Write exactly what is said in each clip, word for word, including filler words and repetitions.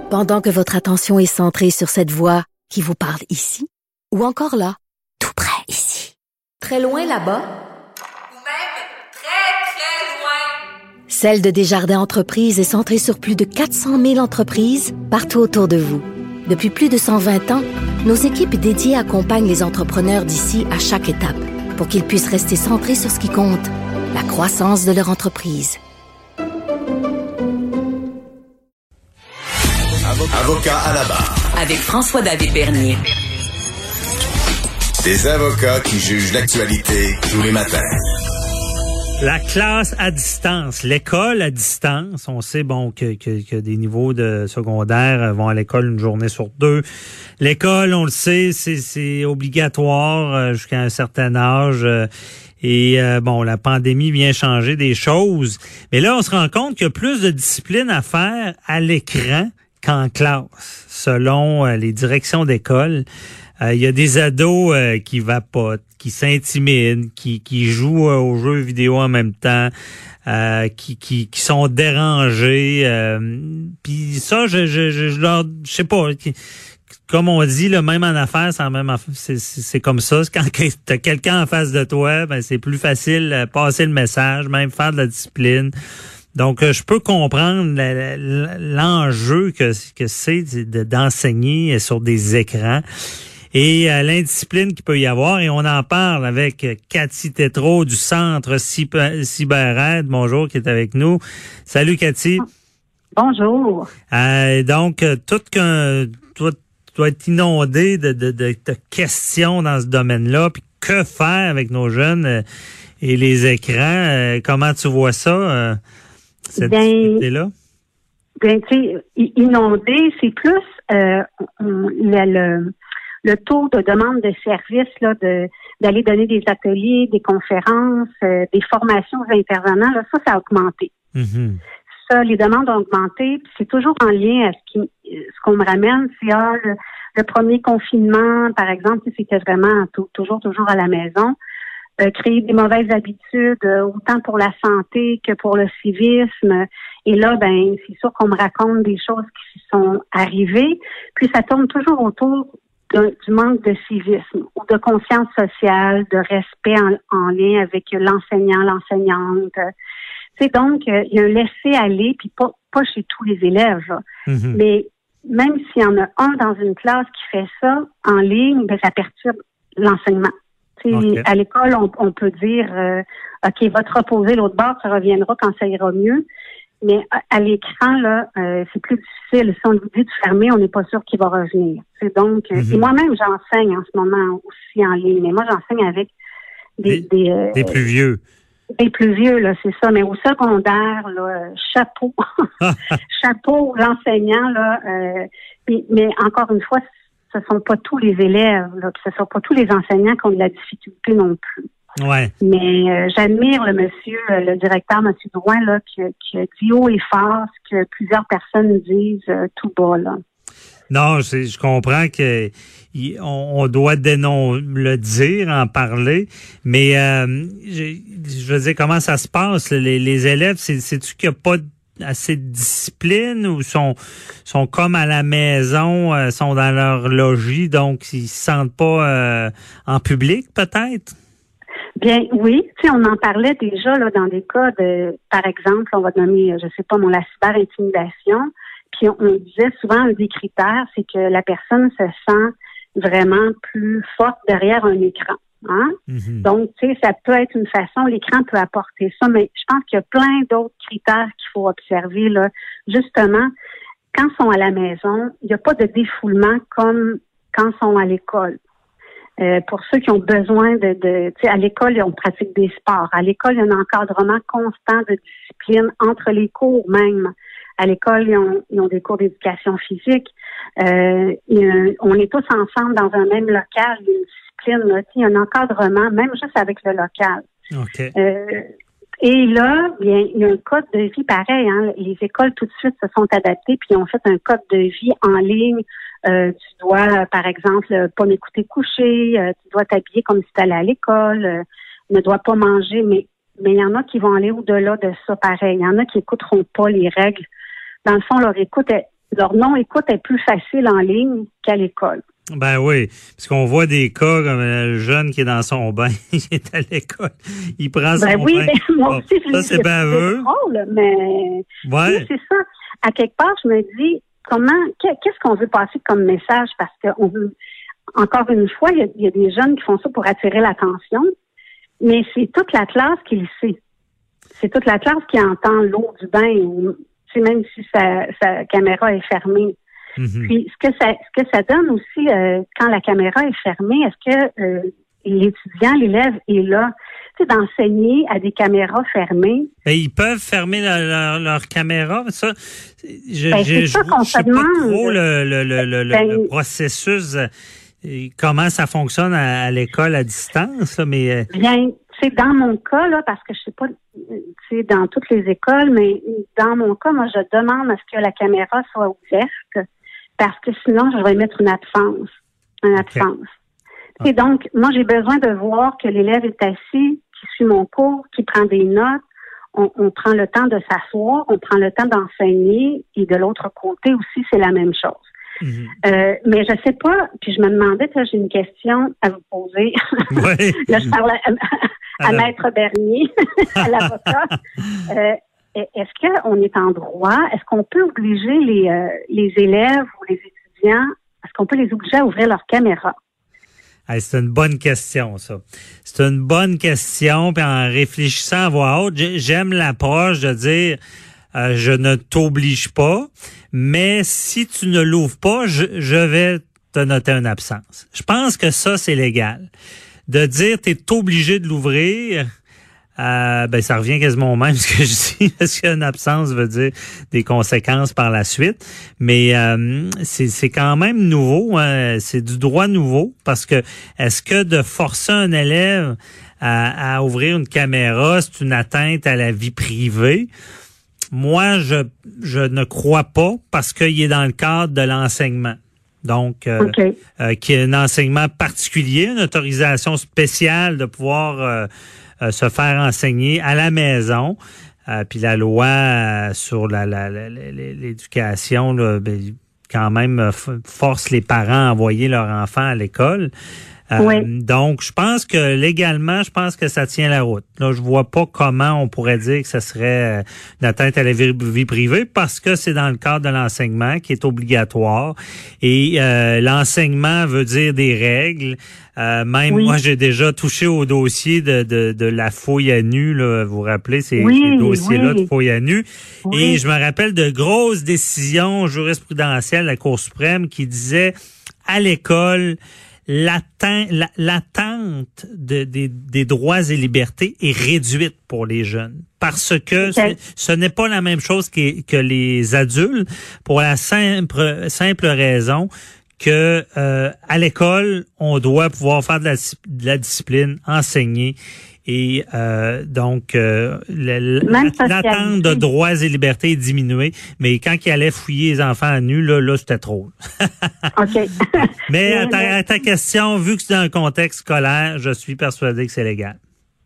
Pendant que votre attention est centrée sur cette voix qui vous parle ici, ou encore là, tout près ici, très loin là-bas, ou même très, très loin, Celle de Desjardins Entreprises est centrée sur plus de quatre cent mille entreprises partout autour de vous. Depuis plus de cent vingt ans, nos équipes dédiées accompagnent les entrepreneurs d'ici à chaque étape pour qu'ils puissent rester centrés sur ce qui compte, la croissance de leur entreprise. Avocat à la barre. Avec François-David Bernier. Des avocats qui jugent l'actualité tous les matins. La classe à distance, l'école à distance. On sait bon que, que, que des niveaux de secondaire vont à l'école une journée sur deux. L'école, on le sait, c'est, c'est obligatoire jusqu'à un certain âge. Et euh, bon, la pandémie vient changer des choses. Mais là, on se rend compte qu'il y a plus de discipline à faire à l'écran qu'en classe, selon euh, les directions d'école. Il euh, y a des ados euh, qui vapotent, qui s'intimident, qui, qui jouent euh, aux jeux vidéo en même temps, euh, qui, qui, qui sont dérangés. Euh, Puis ça, je, je, je, je leur, je sais pas. Qui, comme on dit, là, même en affaires, c'est, en même affaire, c'est, c'est, c'est comme ça. C'est quand t'as quelqu'un en face de toi, ben c'est plus facile de passer le message, même faire de la discipline. Donc, je peux comprendre la, la, l'enjeu que, que c'est de, d'enseigner sur des écrans et euh, l'indiscipline qu'il peut y avoir. Et on en parle avec Cathy Tétrault du Centre CyberAide. Bonjour, qui est avec nous. Salut, Cathy. Bonjour. Euh, donc, tout qu'un... Toi, tu dois être inondé de, de, de, de questions dans ce domaine-là. Puis que faire avec nos jeunes euh, et les écrans? Euh, comment tu vois ça? Euh, cette ben, difficulté-là? Ben, tu sais, inondé, c'est plus euh, le, le, le taux de demande de services, là, de d'aller donner des ateliers, des conférences, euh, des formations aux intervenants, là, ça, ça a augmenté. Mm-hmm. Ça, les demandes ont augmenté, puis c'est toujours en lien à ce qui ce qu'on me ramène, c'est ah, le, le premier confinement, par exemple, c'était vraiment tout, toujours, toujours à la maison. Euh, créer des mauvaises habitudes, euh, autant pour la santé que pour le civisme. Et là, ben, c'est sûr qu'on me raconte des choses qui sont arrivées. Puis ça tourne toujours autour de, du manque de civisme ou de conscience sociale, de respect en, en lien avec l'enseignant, l'enseignante. C'est donc, il euh, y a un laisser-aller, puis pas, pas chez tous les élèves. Mm-hmm. Mais même s'il y en a un dans une classe qui fait ça en ligne, ben, ça perturbe l'enseignement. Okay. À l'école, on, on peut dire euh, OK, va te reposer l'autre bord, ça reviendra quand ça ira mieux. Mais à, à l'écran, là, euh, c'est plus difficile. Si on lui dit de fermer, on n'est pas sûr qu'il va revenir. C'est donc, mm-hmm. Et moi-même, j'enseigne en ce moment aussi en ligne. Mais moi, j'enseigne avec des des, des, euh, des plus vieux. Des plus vieux, là, c'est ça. Mais au secondaire, là, chapeau. chapeau, l'enseignant, là. Euh, mais, mais encore une fois, ce sont pas tous les élèves, là, ce sont pas tous les enseignants qui ont de la difficulté non plus. Ouais. Mais euh, j'admire le monsieur, le directeur, monsieur Drouin, là, qui, qui a dit haut et fort ce que plusieurs personnes disent euh, tout bas, là. Non, c'est, je comprends que y, on, on doit dénon le dire, en parler, mais euh, je, je veux dire, comment ça se passe? Les, les élèves, c'est, c'est-tu qu'il n'y a pas assez de discipline ou sont sont comme à la maison, euh, sont dans leur logis, donc ils se sentent pas euh, en public, peut-être? Bien, oui. Tu sais, on en parlait déjà là dans des cas de, par exemple, on va nommer, je sais pas, mon la cyber-intimidation. Puis on, on disait souvent un des critères, c'est que la personne se sent vraiment plus forte derrière un écran. Hein? Mm-hmm. Donc, tu sais, ça peut être une façon, l'écran peut apporter ça, mais je pense qu'il y a plein d'autres critères qu'il faut observer, là. Justement, quand ils sont à la maison, il n'y a pas de défoulement comme quand ils sont à l'école. Euh, pour ceux qui ont besoin de, de tu sais, à l'école, on pratique des sports. À l'école, il y a un encadrement constant de discipline entre les cours même. À l'école, ils ont, ils ont des cours d'éducation physique. Euh, a, on est tous ensemble dans un même local, une discipline, là, il y a un encadrement, même juste avec le local. Okay. Euh, et là, bien, il y a un code de vie pareil. Hein, les écoles tout de suite se sont adaptées puis ont fait un code de vie en ligne. Euh, tu dois, par exemple, pas m'écouter coucher, euh, tu dois t'habiller comme si tu allais à l'école, euh, ne dois pas manger, mais mais il y en a qui vont aller au-delà de ça pareil. Il y en a qui écouteront pas les règles. Dans le fond, leur écoute, elle, leur non-écoute est plus facile en ligne qu'à l'école. Ben oui, parce qu'on voit des cas comme le jeune qui est dans son bain, il est à l'école, il prend son ben oui, bain. Ben, moi aussi, bon, ça, c'est baveux. C'est drôle, mais ouais. oui, c'est ça. À quelque part, je me dis, comment, qu'est-ce qu'on veut passer comme message? Parce qu'on veut, encore une fois, il y, a, il y a des jeunes qui font ça pour attirer l'attention, mais c'est toute la classe qui le sait. C'est toute la classe qui entend l'eau du bain, même si sa, sa caméra est fermée. Mm-hmm. Puis ce que ça ce que ça donne aussi euh, quand la caméra est fermée, est-ce que euh, l'étudiant, l'élève est là, tu sais, d'enseigner à des caméras fermées? Ben, ils peuvent fermer leur, leur, leur caméra, ça. Je, ben, je, c'est je, ça qu'on je sais se demande. pas trop le, le, le, le, ben, le processus, euh, comment ça fonctionne à, à l'école à distance, là, mais. Euh... Bien, c'est dans mon cas là, parce que je sais pas, c'est dans toutes les écoles, mais dans mon cas, moi, je demande à ce que la caméra soit ouverte. Parce que sinon, je vais mettre une absence. Une absence. Okay. Et donc, moi, j'ai besoin de voir que l'élève est assis, qui suit mon cours, qui prend des notes. On, on prend le temps de s'asseoir, on prend le temps d'enseigner. Et de l'autre côté aussi, c'est la même chose. Mm-hmm. Euh, mais je sais pas, puis je me demandais, là, j'ai une question à vous poser. Ouais. Là, je parle à, à, à Maître Bernier, à l'avocat. Euh, Est-ce qu'on est en droit? Est-ce qu'on peut obliger les, euh, les élèves ou les étudiants, est-ce qu'on peut les obliger à ouvrir leur caméra? Hey, c'est une bonne question, ça. C'est une bonne question. Puis en réfléchissant à voix haute, j'aime l'approche de dire euh, je ne t'oblige pas, mais si tu ne l'ouvres pas, je, je vais te noter une absence. Je pense que ça, c'est légal. De dire tu es obligé de l'ouvrir. Euh, ben ça revient quasiment au même ce que je dis, parce qu'une absence veut dire des conséquences par la suite, mais euh, c'est c'est quand même nouveau, hein? C'est du droit nouveau, parce que est-ce que de forcer un élève à, à ouvrir une caméra, c'est une atteinte à la vie privée? Moi, je je ne crois pas, parce qu'il est dans le cadre de l'enseignement. Donc, euh, okay. euh, qui est un enseignement particulier, une autorisation spéciale de pouvoir euh, Euh, se faire enseigner à la maison. Euh, puis la loi euh, sur la, la, la, la, l'éducation, là, ben, quand même, euh, force les parents à envoyer leurs enfants à l'école. Euh, oui. Donc, je pense que légalement, je pense que ça tient la route. Là, je vois pas comment on pourrait dire que ça serait une atteinte à la vie, vie privée, parce que c'est dans le cadre de l'enseignement qui est obligatoire. Et euh, l'enseignement veut dire des règles. Euh, même oui. Moi, j'ai déjà touché au dossier de, de, de la fouille à nu, là, vous vous rappelez, ces, oui, ces dossiers-là oui. de fouille à nu. Oui. Et je me rappelle de grosses décisions jurisprudentielles de la Cour suprême qui disaient à l'école, L'attente, l'attente de, des, des droits et libertés est réduite pour les jeunes, parce que okay. ce n'est pas la même chose que, que les adultes, pour la simple, simple raison que euh, à l'école, on doit pouvoir faire de la, de la discipline, enseigner. Et euh, donc, euh, l'attente de droits et libertés est diminuée. Mais quand il allait fouiller les enfants à nu, là, là c'était trop. OK. Mais à ta, à ta question, vu que c'est dans un contexte scolaire, je suis persuadé que c'est légal.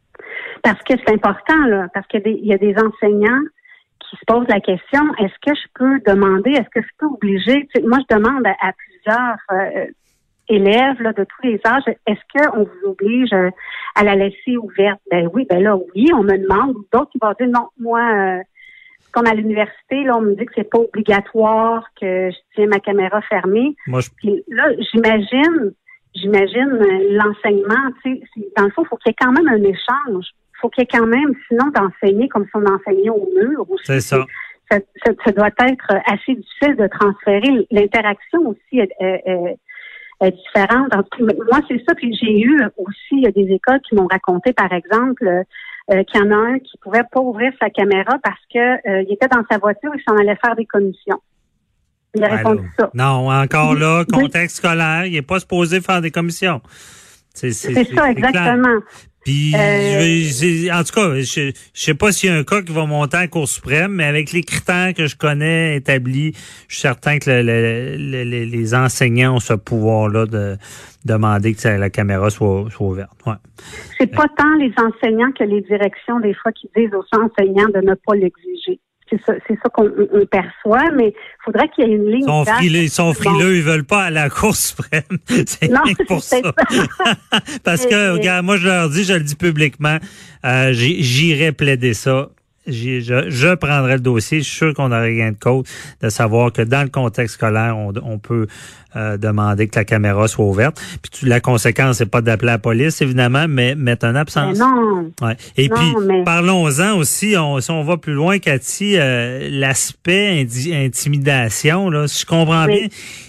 Parce que c'est important, là, parce qu'il y a des, il y a des enseignants qui se posent la question, est-ce que je peux demander, est-ce que je peux obliger, tu sais, moi je demande à, à plusieurs euh, élèves là, de tous les âges, est-ce qu'on vous oblige euh, à la laisser ouverte? Ben oui, ben là, oui, on me demande. D'autres qui vont dire non, moi, euh, comme à l'université, là, on me dit que c'est pas obligatoire, que je tiens ma caméra fermée. Moi, je... Puis là, j'imagine, j'imagine euh, l'enseignement, tu sais, dans le fond, il faut qu'il y ait quand même un échange. Il faut qu'il y ait quand même, sinon, d'enseigner comme si on enseignait au mur. Aussi. C'est ça. Ça, ça. Ça doit être assez difficile de transférer. L'interaction aussi est, est, est, est différente. Moi, c'est ça. Puis j'ai eu aussi, il y a des écoles qui m'ont raconté, par exemple, euh, qu'il y en a un qui pouvait pas ouvrir sa caméra parce que euh, il était dans sa voiture et il s'en allait faire des commissions. Il a ouais, répondu là. ça. Non, encore là, contexte oui. scolaire, il n'est pas supposé faire des commissions. C'est, c'est, c'est, c'est ça, c'est exactement. Clair. Puis, euh... en tout cas, je, je sais pas s'il y a un cas qui va monter à la Cour suprême, mais avec les critères que je connais établis, je suis certain que le, le, le, le, les enseignants ont ce pouvoir-là de demander que la caméra soit, soit ouverte. Ouais. C'est pas tant les enseignants que les directions, des fois, qui disent aux enseignants de ne pas l'exiger. c'est ça, c'est ça qu'on on perçoit, mais il faudrait qu'il y ait une ligne. Ils sont claire. frileux, ils sont frileux, Bon. ils veulent pas aller à la Cour suprême. C'est Non, rien que pour ça. c'est ça. Parce que, Mais- regarde, moi, je leur dis, je le dis publiquement, euh, j'ai- j'irai plaider ça. J'y- Je, je prendrai le dossier. Je suis sûr qu'on aurait gain de cause de savoir que dans le contexte scolaire, on, on peut euh, demander que la caméra soit ouverte. Puis tu, la conséquence, c'est pas d'appeler la police, évidemment, mais mettre une absence. Mais non. Ouais. Et Non, puis, mais- parlons-en aussi, on, si on va plus loin, Cathy, euh, l'aspect indi- intimidation, là, si je comprends Oui. bien,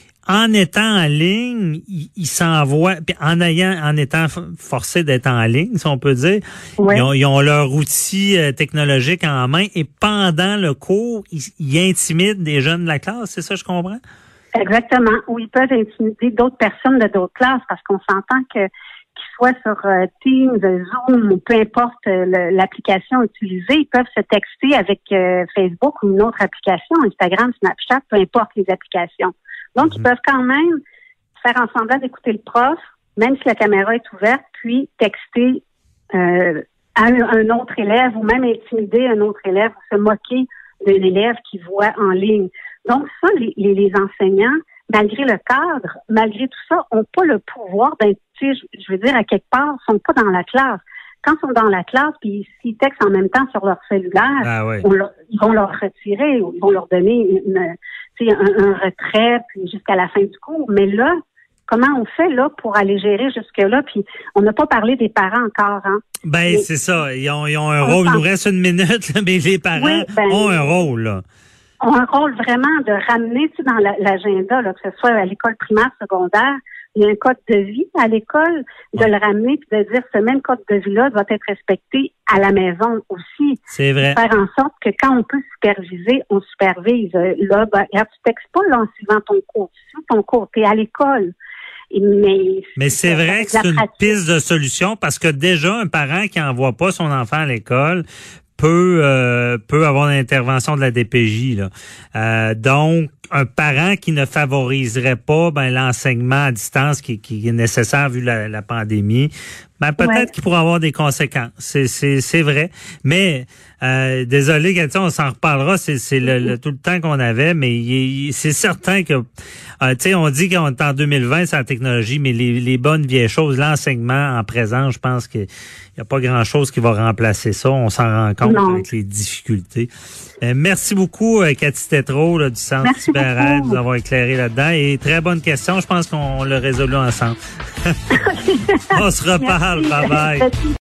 en étant en ligne, ils il s'envoient, puis en ayant, en étant f- forcés d'être en ligne, si on peut dire, Ouais. ils, ont, ils ont leur outil euh, technologique en main et pendant le cours, ils, ils intimident des jeunes de la classe, c'est ça, je comprends? Exactement. Ou ils peuvent intimider d'autres personnes de d'autres classes parce qu'on s'entend que qu'ils soient sur euh, Teams, Zoom ou peu importe euh, le- l'application utilisée, ils peuvent se texter avec euh, Facebook ou une autre application, Instagram, Snapchat, peu importe les applications. Donc, ils peuvent quand même faire en semblant d'écouter le prof, même si la caméra est ouverte, puis texter euh, à un, un autre élève ou même intimider un autre élève ou se moquer d'un élève qui voit en ligne. Donc, ça, les, les, les enseignants, malgré le cadre, malgré tout ça, ont pas le pouvoir d'être, tu sais, je, je veux dire, à quelque part, sont pas dans la classe. Quand ils sont dans la classe, puis s'ils textent en même temps sur leur cellulaire, Ah oui. on leur- ils vont leur retirer, ou ils vont leur donner une, tu sais, un, un retrait puis jusqu'à la fin du cours. Mais là, comment on fait là pour aller gérer jusque-là? Puis on n'a pas parlé des parents encore, hein? Ben, Mais- c'est ça. Ils ont, ils ont un On rôle. Il nous pense- reste une minute, là, mais les parents Oui, ben- ont un rôle, là. ont un rôle vraiment de ramener, tu sais, dans la- l'agenda, là, que ce soit à l'école primaire, secondaire, il y a un code de vie à l'école, de le ramener puis de dire ce même code de vie-là doit être respecté à la maison aussi. C'est vrai. Faire en sorte que quand on peut superviser, on supervise. Euh, Là, ben, regarde, tu textes pas là, en suivant ton cours. Tu suis ton cours, t'es à l'école. Et- Mais, Mais c'est vrai que la c'est une pratique. piste de solution parce que déjà, un parent qui envoie pas son enfant à l'école peut euh, peut avoir une intervention de la D P J, là. Euh, donc, un parent qui ne favoriserait pas ben, l'enseignement à distance qui, qui est nécessaire vu la, la pandémie, ben, peut-être Ouais. qu'il pourrait avoir des conséquences. C'est, c'est, c'est vrai. Mais euh, désolé, Cathy, on s'en reparlera. C'est, c'est le, le- tout le temps qu'on avait, mais il, il- c'est certain que, euh, tu sais, on dit qu'on est en deux mille vingt, c'est la technologie, mais les, les bonnes vieilles choses, l'enseignement en présent, je pense qu'il n'y a pas grand-chose qui va remplacer ça. On s'en rend compte Non. avec les difficultés. Euh, merci beaucoup, euh, Cathy Tétrault, là, du Centre Merci CyberAide, beaucoup. de nous avoir éclairé là-dedans. Et très bonne question. Je pense qu'on l'a résolu ensemble. On se reparle. Merci. Bye bye.